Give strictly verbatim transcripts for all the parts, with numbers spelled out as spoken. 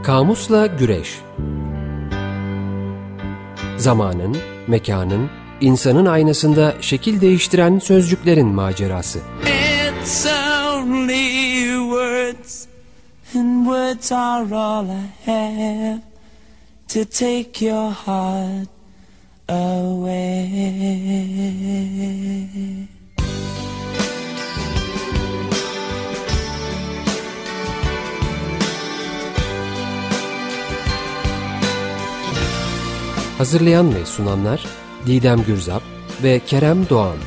Kamusla Güreş. Zamanın, mekanın, insanın aynasında şekil değiştiren sözcüklerin macerası. It's only words, and words are all I have to take your heart away. Hazırlayan ve sunanlar Didem Gürzap ve Kerem Doğan.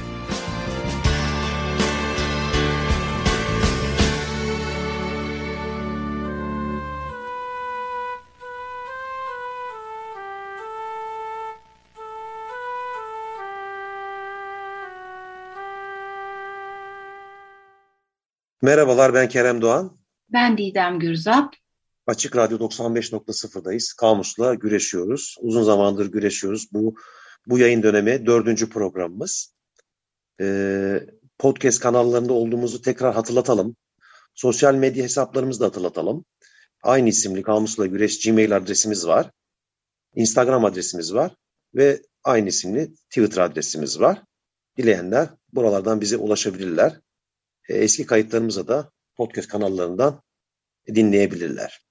Merhabalar, ben Kerem Doğan. Ben Didem Gürzap. Açık Radyo doksan beş nokta sıfırdayız. Kamusla güreşiyoruz. Uzun zamandır güreşiyoruz. Bu bu yayın dönemi dördüncü programımız. Ee, podcast kanallarında olduğumuzu tekrar hatırlatalım. Sosyal medya hesaplarımızı da hatırlatalım. Aynı isimli Kamusla Güreş Gmail adresimiz var. Instagram adresimiz var. Ve aynı isimli Twitter adresimiz var. Dileyenler buralardan bize ulaşabilirler. Ee, eski kayıtlarımıza da podcast kanallarından dinleyebilirler.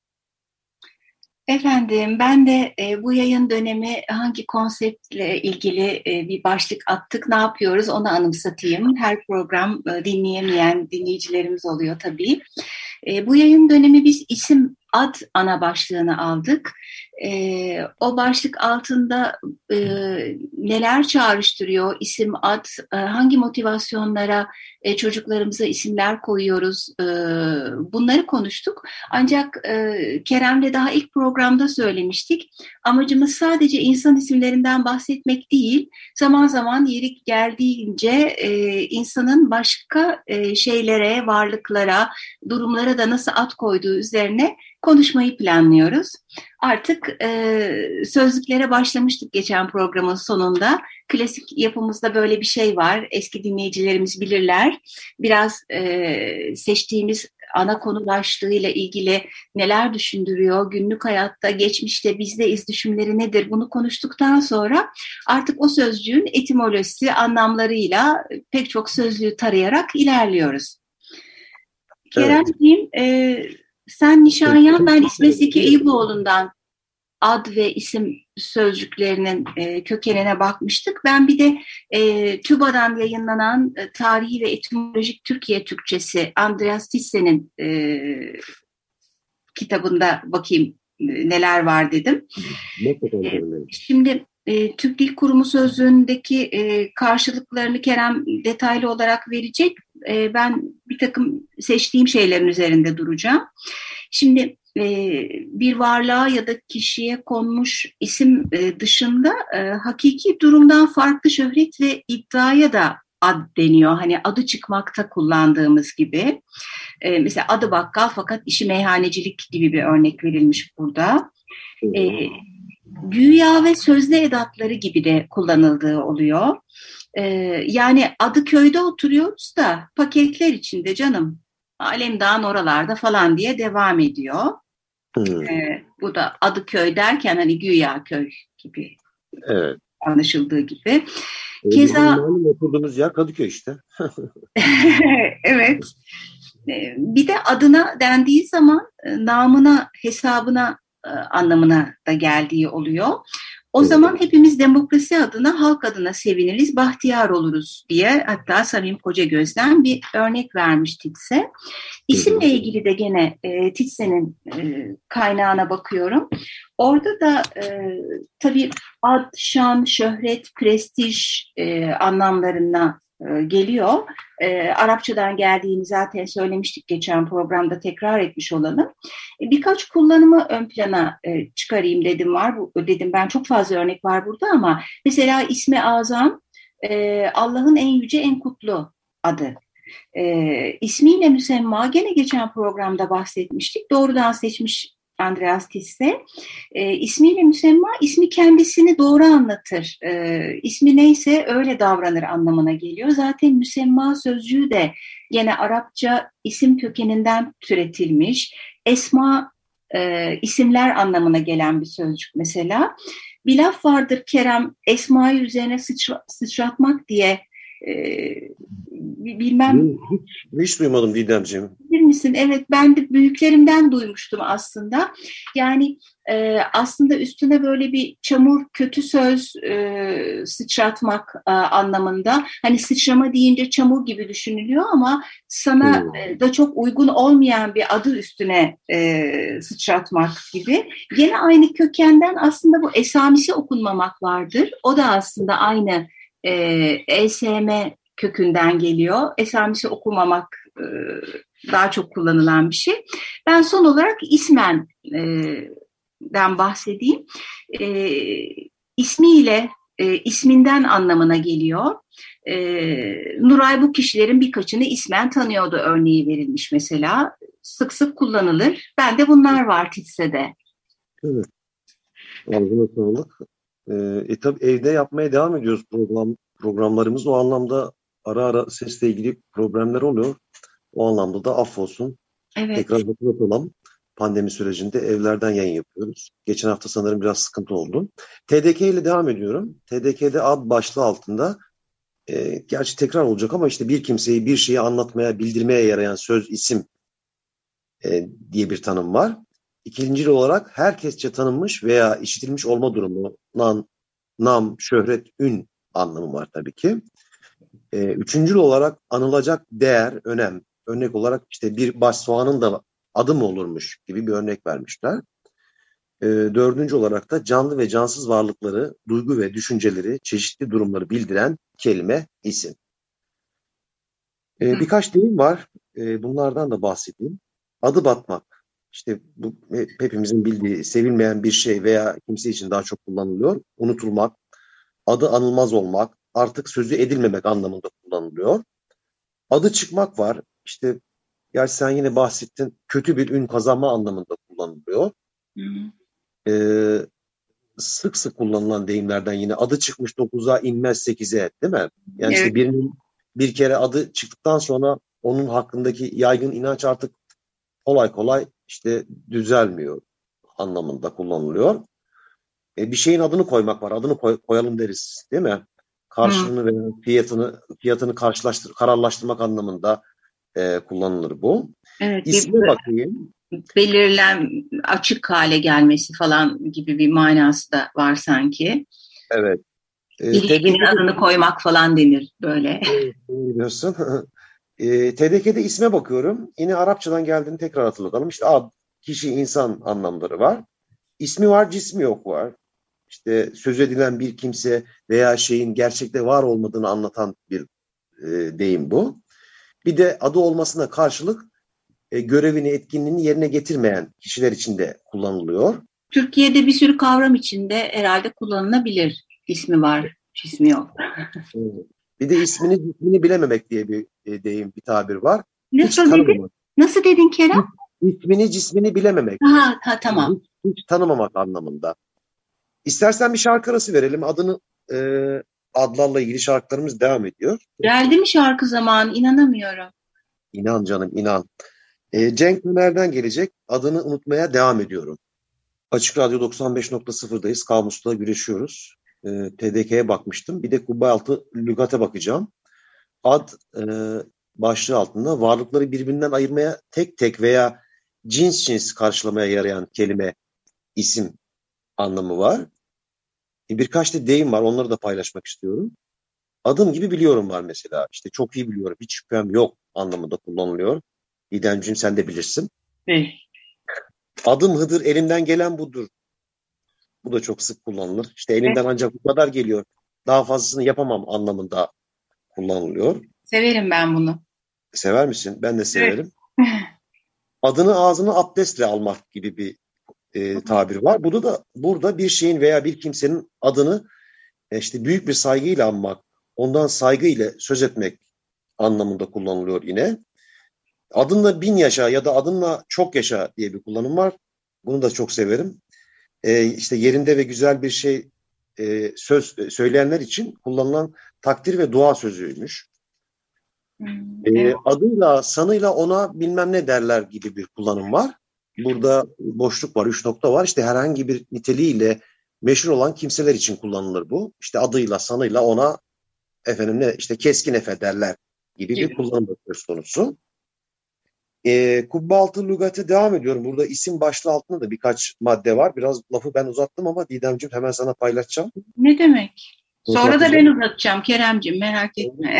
Efendim, ben de e, bu yayın dönemi hangi konseptle ilgili e, bir başlık attık, ne yapıyoruz onu anımsatayım. Her program e, dinleyemeyen dinleyicilerimiz oluyor tabii. E, bu yayın dönemi biz isim ad ana başlığını aldık. E, o başlık altında e, neler çağrıştırıyor isim ad, e, hangi motivasyonlara e, çocuklarımıza isimler koyuyoruz, e, bunları konuştuk. Ancak e, Kerem'le daha ilk programda söylemiştik. Amacımız sadece insan isimlerinden bahsetmek değil, zaman zaman yeri geldiğince e, insanın başka e, şeylere, varlıklara, durumlara da nasıl ad koyduğu üzerine konuşmayı planlıyoruz. Artık e, sözlüklere başlamıştık geçen programın sonunda. Klasik yapımızda böyle bir şey var. Eski dinleyicilerimiz bilirler. Biraz e, seçtiğimiz ana konu başlığıyla ilgili neler düşündürüyor, günlük hayatta, geçmişte bizde iz düşümleri nedir, bunu konuştuktan sonra artık o sözcüğün etimolojisi, anlamlarıyla pek çok sözlüğü tarayarak ilerliyoruz. Evet. Keremciğim, e, sen Nişanyan, ben İsmet Zeki Eyüboğlu'ndan ad ve isim sözcüklerinin e, kökenine bakmıştık. Ben bir de e, TÜBA'dan yayınlanan e, Tarihi ve Etimolojik Türkiye Türkçesi Andreas Thyssen e, kitabında bakayım e, neler var dedim. E, şimdi e, Türk Dil Kurumu sözlüğündeki e, karşılıklarını Kerem detaylı olarak verecek. E, ben bir takım seçtiğim şeylerin üzerinde duracağım. Şimdi bir varlığa ya da kişiye konmuş isim dışında hakiki durumdan farklı şöhret ve iddiaya da ad deniyor. Hani adı çıkmakta kullandığımız gibi. Mesela adı bakkal fakat işi meyhanecilik gibi bir örnek verilmiş burada. Güya ve sözde edatları gibi de kullanıldığı oluyor. Yani adı köyde oturuyoruz da paketler içinde canım. Alemdağ'ın oralarda falan diye devam ediyor. Hmm. Ee, bu da adı köy derken hani güya köy gibi, evet, anlaşıldığı gibi. Ee, Keza oturduğumuz yer Kadıköy işte. Evet. Ee, bir de adına dendiği zaman namına, hesabına e, anlamına da geldiği oluyor. O evet. zaman hepimiz demokrasi adına, halk adına seviniriz, bahtiyar oluruz diye hatta Samim Kocagöz'den bir örnek vermiş Titse. İsimle ilgili de gene e, Titse'nin e, kaynağına bakıyorum. Orada da e, tabii ad, şan, şöhret, prestij e, anlamlarına e, geliyor. E, Arapçadan geldiğini zaten söylemiştik geçen programda, tekrar etmiş olalım. E, birkaç kullanımı ön plana e, çıkarayım dedim var. Bu, dedim ben çok fazla örnek var burada ama mesela ismi azam e, Allah'ın en yüce, en kutlu adı. E, ismiyle müsemma gene geçen programda bahsetmiştik. Doğrudan seçmiş Andreas Thyssen. E, ismiyle müsemma, ismi kendisini doğru anlatır. E, ismi neyse öyle davranır anlamına geliyor. Zaten müsemma sözcüğü de gene Arapça isim kökeninden türetilmiş. Esma e, isimler anlamına gelen bir sözcük mesela. Bir laf vardır Kerem, Esma'yı üzerine sıçra, sıçratmak diye. e, Bilmem Hiç, hiç duymadım Didemciğim. bilir misin? Evet, ben de büyüklerimden duymuştum aslında. Yani e, aslında üstüne böyle bir çamur, kötü söz e, sıçratmak e, anlamında. Hani sıçrama deyince çamur gibi düşünülüyor ama sana Hmm. e, da çok uygun olmayan bir adı üstüne e, sıçratmak gibi. Yine aynı kökenden aslında bu esamisi okunmamak vardır. O da aslında aynı e, E S M kökünden geliyor. Esamisi okumamak e, daha çok kullanılan bir şey. Ben son olarak ismenden bahsedeyim. E, ismiyle, e, isminden anlamına geliyor. E, Nuray bu kişilerin birkaçını ismen tanıyordu örneği verilmiş mesela. Sık sık kullanılır. Bende bunlar var TİTSE'de. Evet. Ağzına sağlık. Ee, e tabii evde yapmaya devam ediyoruz program programlarımız. O anlamda ara ara sesle ilgili problemler oluyor. O anlamda da affolsun. Evet. Tekrar hatırlatalım. Pandemi sürecinde evlerden yayın yapıyoruz. Geçen hafta sanırım biraz sıkıntı oldu. T D K ile devam ediyorum. T D K'de ad başlığı altında e, gerçi tekrar olacak ama işte bir kimseyi bir şeyi anlatmaya, bildirmeye yarayan söz, isim e, diye bir tanım var. İkincil olarak herkesçe tanınmış veya işitilmiş olma durumu, nan, nam, şöhret, ün anlamı var tabii ki. E, üçüncül olarak anılacak değer, önem. Örnek olarak işte bir baş soğanın da adı mı olurmuş gibi bir örnek vermişler. E, dördüncü olarak da canlı ve cansız varlıkları, duygu ve düşünceleri, çeşitli durumları bildiren kelime, isim. E, birkaç deyim var. E, bunlardan da bahsedeyim. Adı batmak. İşte bu hepimizin bildiği sevilmeyen bir şey veya kimse için daha çok kullanılıyor. Unutulmak, adı anılmaz olmak, artık sözü edilmemek anlamında kullanılıyor. Adı çıkmak var. İşte gerçi sen yine bahsettin. Kötü bir ün kazanma anlamında kullanılıyor. Hı hı. Ee, sık sık kullanılan deyimlerden yine adı çıkmış dokuza inmez sekize, değil mi? Yani Evet. işte birinin bir kere adı çıktıktan sonra onun hakkındaki yaygın inanç artık kolay kolay işte düzelmiyor anlamında kullanılıyor. E, bir şeyin adını koymak var. Adını koy, koyalım deriz, değil mi? Karşılığını veya fiyatını fiyatını karşılaştır, kararlaştırmak anlamında e, kullanılır bu. Evet, İsme bir bakayım. belirlen açık hale gelmesi falan gibi bir manası da var sanki. Evet. E, İlişkinin T D K'de adını koymak falan denir böyle. biliyorsun. e, T D K'de isme bakıyorum. Yine Arapçadan geldiğini tekrar hatırlatalım. İşte ad, kişi, insan anlamları var. İsmi var, cismi yok var. İşte söz edilen bir kimse veya şeyin gerçekte var olmadığını anlatan bir e, deyim bu. Bir de adı olmasına karşılık e, görevini, etkinliğini yerine getirmeyen kişiler için de kullanılıyor. Türkiye'de bir sürü kavram içinde herhalde kullanılabilir. İsmi var, cismi yok. E, bir de ismini, cismini bilememek diye bir e, deyim, bir tabir var. Hiç Nasıl dedin? tanımamak. Nasıl dedin Kerem? İsmini, cismini bilememek. Ha, ha tamam. Hiç, hiç tanımamak anlamında. İstersen bir şarkı arası verelim. Adını e, adlarla ilgili şarkılarımız devam ediyor. Geldi mi şarkı zamanı? İnanamıyorum. İnan canım, inan. E, Cenk Ömer'den gelecek. Adını unutmaya devam ediyorum. Açık Radyo doksan beş nokta sıfırdayız. Kamusla güreşiyoruz. E, T D K'ye bakmıştım. Bir de Kubbe Altı Lügat'e bakacağım. Ad e, başlığı altında varlıkları birbirinden ayırmaya tek tek veya cins cins karşılamaya yarayan kelime, isim anlamı var. E, birkaç da deyim var. Onları da paylaşmak istiyorum. Adım gibi biliyorum var mesela. İşte çok iyi biliyorum. Hiç şüphem yok anlamında kullanılıyor. İdemciğim sen de bilirsin. Evet. Adım Hıdır, elimden gelen budur. Bu da çok sık kullanılır. İşte elimden ancak bu kadar geliyor. Daha fazlasını yapamam anlamında kullanılıyor. Severim ben bunu. Sever misin? Ben de severim. Adını ağzına abdestle almak gibi bir e, tabir var. Burada da burada bir şeyin veya bir kimsenin adını e, işte büyük bir saygıyla anmak, ondan saygıyla söz etmek anlamında kullanılıyor yine. Adınla bin yaşa ya da adınla çok yaşa diye bir kullanım var. Bunu da çok severim. Ee, işte yerinde ve güzel bir şey e, söz e, söyleyenler için kullanılan takdir ve dua sözüymüş. Hmm, Ee, evet. adıyla, sanıyla ona bilmem ne derler gibi bir kullanım var. burada boşluk var, üç nokta var. İşte herhangi bir niteliğiyle meşhur olan kimseler için kullanılır bu. İşte adıyla, sanıyla ona efendim ne işte Keskin Efe derler gibi bir kullanım söz konusu. E, kubbe altı lügate devam ediyorum. Burada isim başlığı altında da birkaç madde var. Biraz lafı ben uzattım ama Didemciğim hemen sana paylaşacağım. Ne demek? Sonra da ben uzatacağım Keremciğim, merak etme.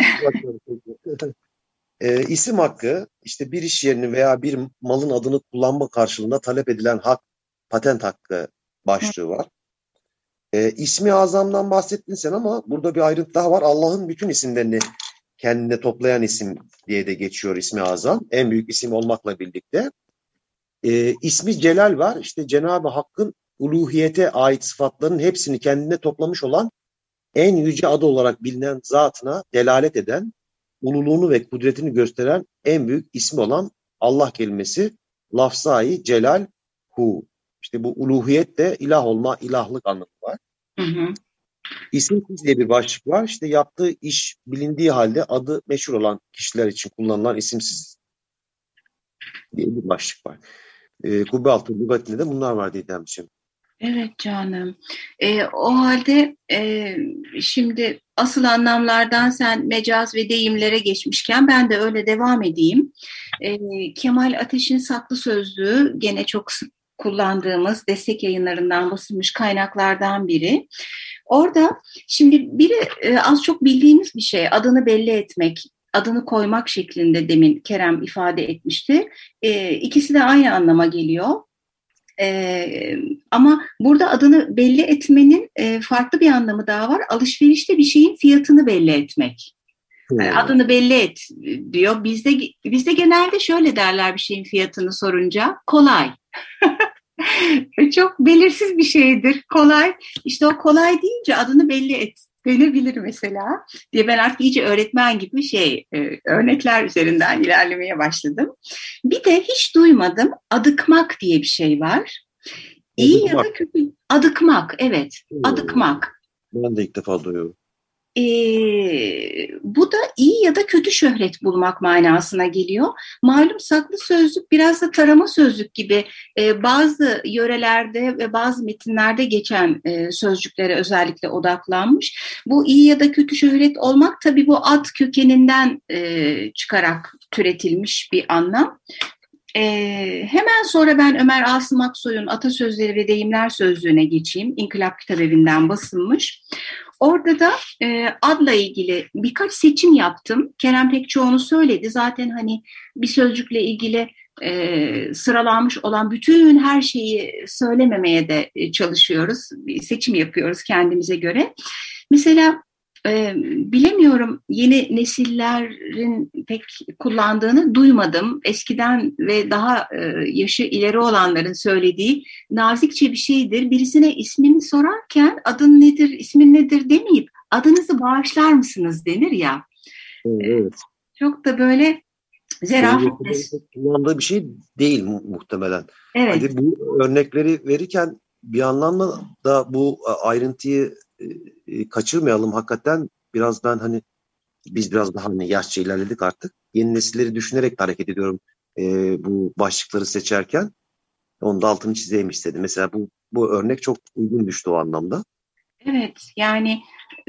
e, isim hakkı işte bir iş yerinin veya bir malın adını kullanma karşılığında talep edilen hak, patent hakkı başlığı var. E, ismi azamdan bahsettin sen ama burada bir ayrıntı daha var. Allah'ın bütün isimlerini kendine toplayan isim diye de geçiyor ismi azam. En büyük isim olmakla birlikte. E, ismi Celal var. İşte Cenab-ı Hakk'ın uluhiyete ait sıfatların hepsini kendine toplamış olan en yüce adı olarak bilinen zatına delalet eden, ululuğunu ve kudretini gösteren en büyük ismi olan Allah kelimesi lafzayı Celal Hu. İşte bu uluhiyet de ilah olma, ilahlık anlamı var. Hı hı. İsimsiz diye bir başlık var. İşte yaptığı iş bilindiği halde adı meşhur olan kişiler için kullanılan isimsiz diye bir başlık var. E, kubbe altı lügatinde de bunlar var Didemciğim. Evet canım. E, o halde e, şimdi asıl anlamlardan sen mecaz ve deyimlere geçmişken ben de öyle devam edeyim. E, Kemal Ateş'in Saklı Sözlüğü gene çok sık kullandığımız destek yayınlarından basılmış kaynaklardan biri. Orada şimdi biri e, az çok bildiğimiz bir şey, adını belli etmek, adını koymak şeklinde demin Kerem ifade etmişti. E, ikisi de aynı anlama geliyor. Ee, ama burada adını belli etmenin e, farklı bir anlamı daha var. Alışverişte bir şeyin fiyatını belli etmek. Hmm. Yani adını belli et diyor. Bizde bizde genelde şöyle derler bir şeyin fiyatını sorunca. Kolay. Çok belirsiz bir şeydir. Kolay. İşte o kolay deyince adını belli et denebilir mesela diye ben artık iyice öğretmen gibi şey e, örnekler üzerinden ilerlemeye başladım. Bir de hiç duymadım adıkmak diye bir şey var. İyi adıkmak. Ya da kötü. Adıkmak, evet. Hmm. Adıkmak. Ben de ilk defa duyuyorum. Ee, bu da iyi ya da kötü şöhret bulmak manasına geliyor. Malum saklı sözlük biraz da tarama sözlük gibi e, bazı yörelerde ve bazı metinlerde geçen e, sözcüklere özellikle odaklanmış. Bu iyi ya da kötü şöhret olmak tabii bu ad kökeninden e, çıkarak türetilmiş bir anlam. Ee, hemen sonra ben Ömer Asım Aksoy'un Atasözleri ve Deyimler Sözlüğü'ne geçeyim. İnkılap Kitabevi'nden basılmış. Orada da e, adla ilgili birkaç seçim yaptım. Kerem pek çoğunu söyledi. Zaten hani bir sözcükle ilgili e, sıralanmış olan bütün her şeyi söylememeye de çalışıyoruz. Bir seçim yapıyoruz kendimize göre. Mesela e, bilemiyorum, yeni nesillerin pek kullandığını duymadım. Eskiden ve daha e, yaşı ileri olanların söylediği nazikçe bir şeydir. Birisine ismini sorarken adın nedir, ismin nedir demeyip adınızı bağışlar mısınız denir ya. Evet. Çok da böyle zerafetli. Kullandığı bir şey değil muhtemelen. Evet. Hadi bu örnekleri verirken bir anlamda da bu ayrıntıyı e, kaçırmayalım. Hakikaten biraz ben hani biz biraz daha hani yaşça ilerledik artık. Yeni nesilleri düşünerek hareket ediyorum e, bu başlıkları seçerken. Onun da altını çizeyim istedim. Mesela bu bu örnek çok uygun düştü o anlamda. Evet, yani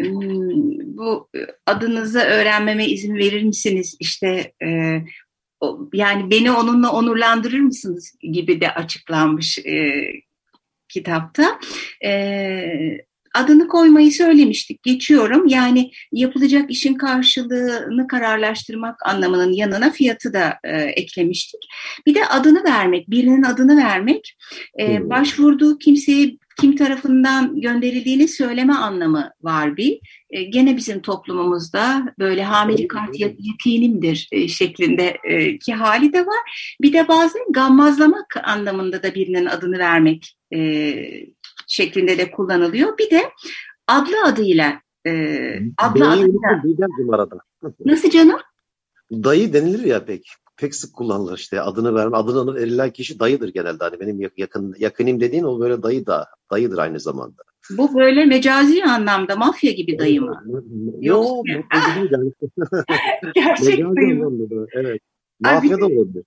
bu adınızı öğrenmeme izin verir misiniz? İşte e, o, yani beni onunla onurlandırır mısınız gibi de açıklanmış e, kitapta. E, adını koymayı söylemiştik. Geçiyorum. Yani yapılacak işin karşılığını kararlaştırmak anlamının yanına fiyatı da e, eklemiştik. Bir de adını vermek, birinin adını vermek, e, hmm. başvurduğu kimseye kim tarafından gönderildiğini söyleme anlamı var bir. E, gene bizim toplumumuzda böyle hamile kart yakinimdir e, şeklinde e, ki hali de var. Bir de bazen gammazlamak anlamında da birinin adını vermek e, şeklinde de kullanılıyor. Bir de adlı adıyla e, adlı Dayı adıyla. Nasıl canım? Dayı denilir ya pek. Pek sık kullanılır işte adını verme. Adını verilen kişi dayıdır genelde. Hani benim yakın yakınım dediğin o böyle dayı da dayıdır aynı zamanda. Bu böyle mecazi anlamda mafya gibi dayı mı? Yok. Gerçek dayı mı? Evet. Mafya da olabilir.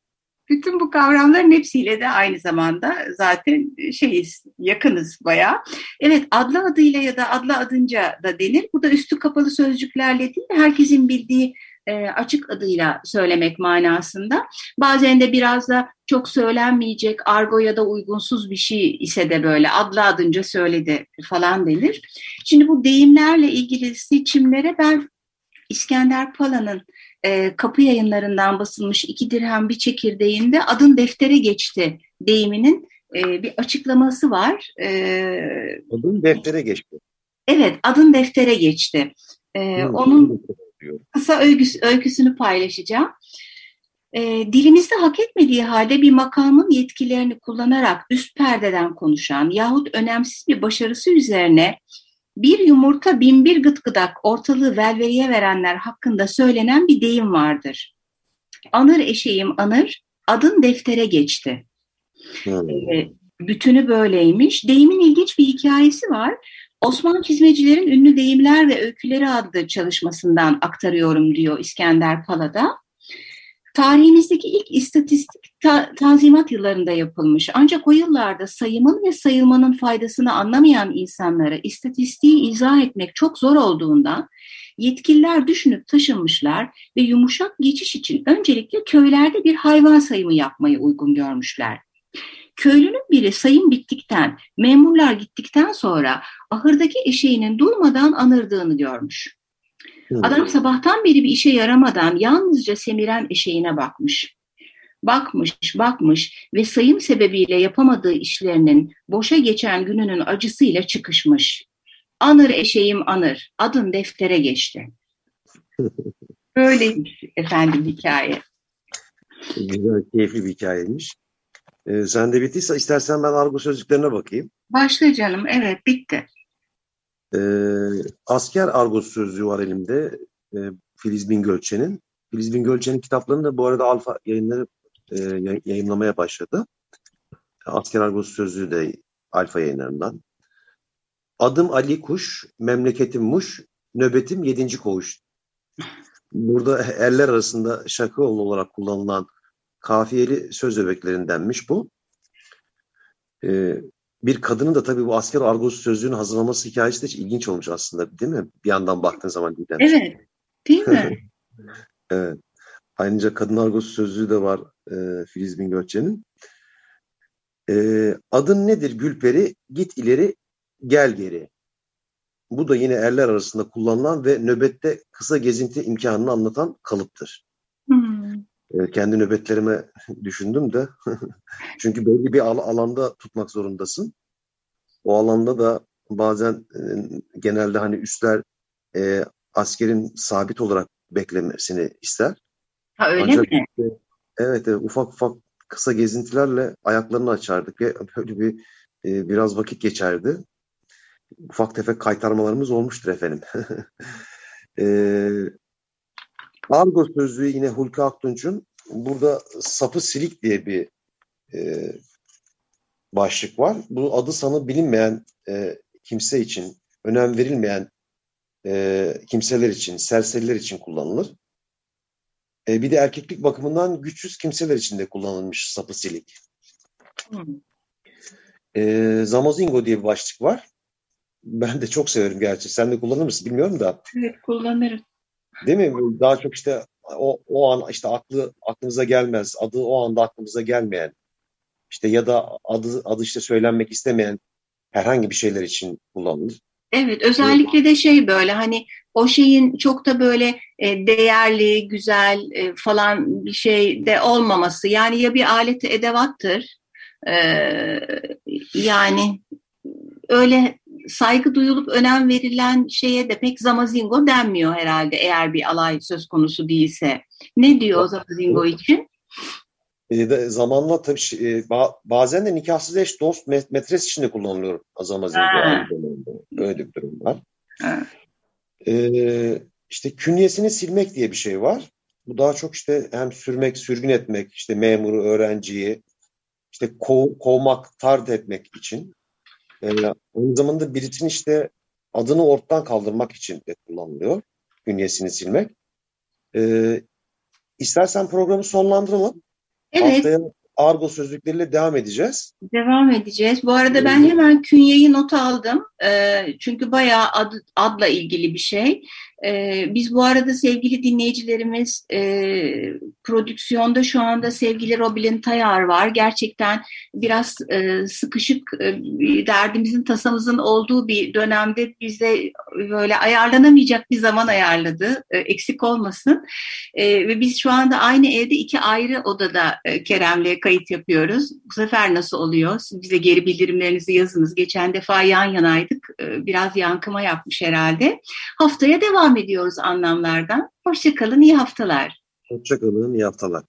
Bütün bu kavramların hepsiyle de aynı zamanda zaten şeyiz, yakınız bayağı. Evet, adlı adıyla ya da adlı adınca da denir. Bu da üstü kapalı sözcüklerle değil, herkesin bildiği e, açık adıyla söylemek manasında. Bazen de biraz da çok söylenmeyecek, argo ya da uygunsuz bir şey ise de böyle adlı adınca söyledi falan denir. Şimdi bu deyimlerle ilgili seçimlere ben İskender Pala'nın e, Kapı Yayınlarından basılmış iki dirhem bir çekirdeğinde adın deftere geçti deyiminin e, bir açıklaması var. E, Adın deftere geçti. evet, adın deftere geçti. E, Hmm, onun kısa öyküsü, öyküsünü paylaşacağım. E, dilimizde hak etmediği halde bir makamın yetkilerini kullanarak üst perdeden konuşan yahut önemsiz bir başarısı üzerine bir yumurta bin bir gıtgıdak ortalığı velveleye verenler hakkında söylenen bir deyim vardır. Anır eşeğim anır, adın deftere geçti. Hmm. E, bütünü böyleymiş. Deyimin ilginç bir hikayesi var. Osmanlı çizmecilerin ünlü deyimler ve öyküleri adlı çalışmasından aktarıyorum diyor İskender Pala'da. Tarihimizdeki ilk istatistik ta- tanzimat yıllarında yapılmış. Ancak o yıllarda sayımın ve sayılmanın faydasını anlamayan insanlara istatistiği izah etmek çok zor olduğundan yetkililer düşünüp taşınmışlar ve yumuşak geçiş için öncelikle köylerde bir hayvan sayımı yapmayı uygun görmüşler. Köylünün biri sayım bittikten, memurlar gittikten sonra ahırdaki eşeğinin durmadan anırdığını görmüş. Adam sabahtan beri bir işe yaramadan yalnızca semiren eşeğine bakmış. Bakmış, bakmış ve sayım sebebiyle yapamadığı işlerinin boşa geçen gününün acısıyla çıkışmış. Anır eşeğim anır, adın deftere geçti. Böyleymiş efendim hikaye. Güzel, keyifli bir hikayeymiş. Ee, sen de bittiyse istersen ben argo sözcüklerine bakayım. Başla canım, evet bitti. Ee, asker argo sözlüğü var elimde. Ee, Filiz Bingölçen'in. Filiz Bingölçen'in kitaplarını da bu arada Alfa yayınları e, yayınlamaya başladı. Asker argo sözlüğü de Alfa yayınlarından. Adım Ali Kuş, memleketim Muş, nöbetim yedinci koğuş. Burada erler arasında şaka olarak kullanılan kafiyeli söz öbeklerindenmiş bu. Ee, bir kadının da tabii bu asker argosu sözlüğünü hazırlaması hikayesi de hiç ilginç olmuş aslında, değil mi? Bir yandan baktığın zaman. Evet, değil mi? Evet. Ayrıca kadın argosu sözlüğü de var e, Filiz Bingölçen'in. E, adın nedir Gülperi? Git ileri, gel geri. Bu da yine erler arasında kullanılan ve nöbette kısa gezinti imkanını anlatan kalıptır. Hmm. E, kendi nöbetlerime düşündüm de. Çünkü belli bir al- alanda tutmak zorundasın. O alanda da bazen e, genelde hani üstler e, askerin sabit olarak beklemesini ister. Ha öyle Ancak mi? işte, evet, evet, ufak ufak kısa gezintilerle ayaklarını açardık ve böyle bir e, biraz vakit geçerdi. Ufak tefek kaytarmalarımız olmuştur efendim. e, Argo sözlüğü yine Hulki Aktunç'un. Burada sapı silik diye bir e, başlık var. Bu adı sanı bilinmeyen e, kimse için, önem verilmeyen e, kimseler için, serseriler için kullanılır. E, bir de erkeklik bakımından güçsüz kimseler için de kullanılmış sapı silik. Hmm. E, Zamazingo diye bir başlık var. Ben de çok severim gerçi. Sen de kullanır mısın bilmiyorum da. Evet, kullanırım. Değil mi? Daha çok işte o, o an işte aklı aklımıza gelmez. Adı o anda aklımıza gelmeyen. İşte ya da adı adı işte söylenmek istemeyen herhangi bir şeyler için kullanılır. Evet, özellikle de şey böyle hani o şeyin çok da böyle e, değerli, güzel e, falan bir şey de olmaması. Yani ya bir aleti edevattır, e, yani öyle saygı duyulup önem verilen şeye de pek zamazingo denmiyor herhalde eğer bir alay söz konusu değilse. Ne diyor zamazingo için? E, de zamanla tabii e, bazen de nikahsız eş, dost, metres için de kullanılıyor Zamazingo aynı dönemde. Öyle bir durum var. E, işte künyesini silmek diye bir şey var. Bu daha çok işte hem sürmek, sürgün etmek, işte memuru, öğrenciyi, işte kov, kovmak, tard etmek için. E, aynı zamanda birisinin işte adını ortadan kaldırmak için de kullanılıyor. Künyesini silmek. E, istersen programı sonlandıralım. Evet. Haftaya argo sözlükleriyle devam edeceğiz. Devam edeceğiz. Bu arada ben hemen künyeyi not aldım. E, çünkü bayağı ad, adla ilgili bir şey. E, biz bu arada sevgili dinleyicilerimiz e, prodüksiyonda şu anda sevgili Robin Tayar var. Gerçekten biraz e, sıkışık e, derdimizin tasamızın olduğu bir dönemde bize böyle ayarlanamayacak bir zaman ayarladı. E, eksik olmasın. E, ve biz şu anda aynı evde iki ayrı odada e, Kerem'le kayıt yapıyoruz. Bu sefer nasıl oluyor? Siz bize geri bildirimlerinizi yazınız. Geçen defa yan yanaydık. E, biraz yankıma yapmış herhalde. Haftaya devam ediyoruz anlamlardan. Hoşça kalın, iyi haftalar. Hoşça kalın, iyi haftalar.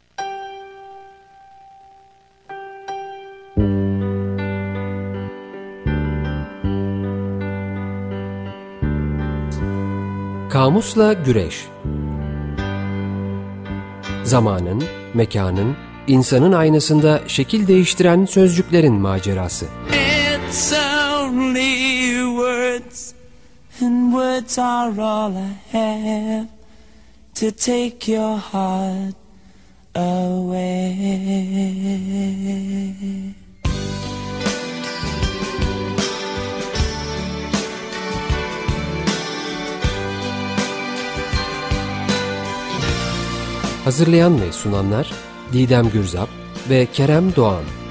Kamusla Güreş. Zamanın, mekanın, insanın aynasında şekil değiştiren sözcüklerin macerası. It's only words, and words are all I have to take your heart away. Hazırlayan ve sunanlar Didem Gürzap ve Kerem Doğan.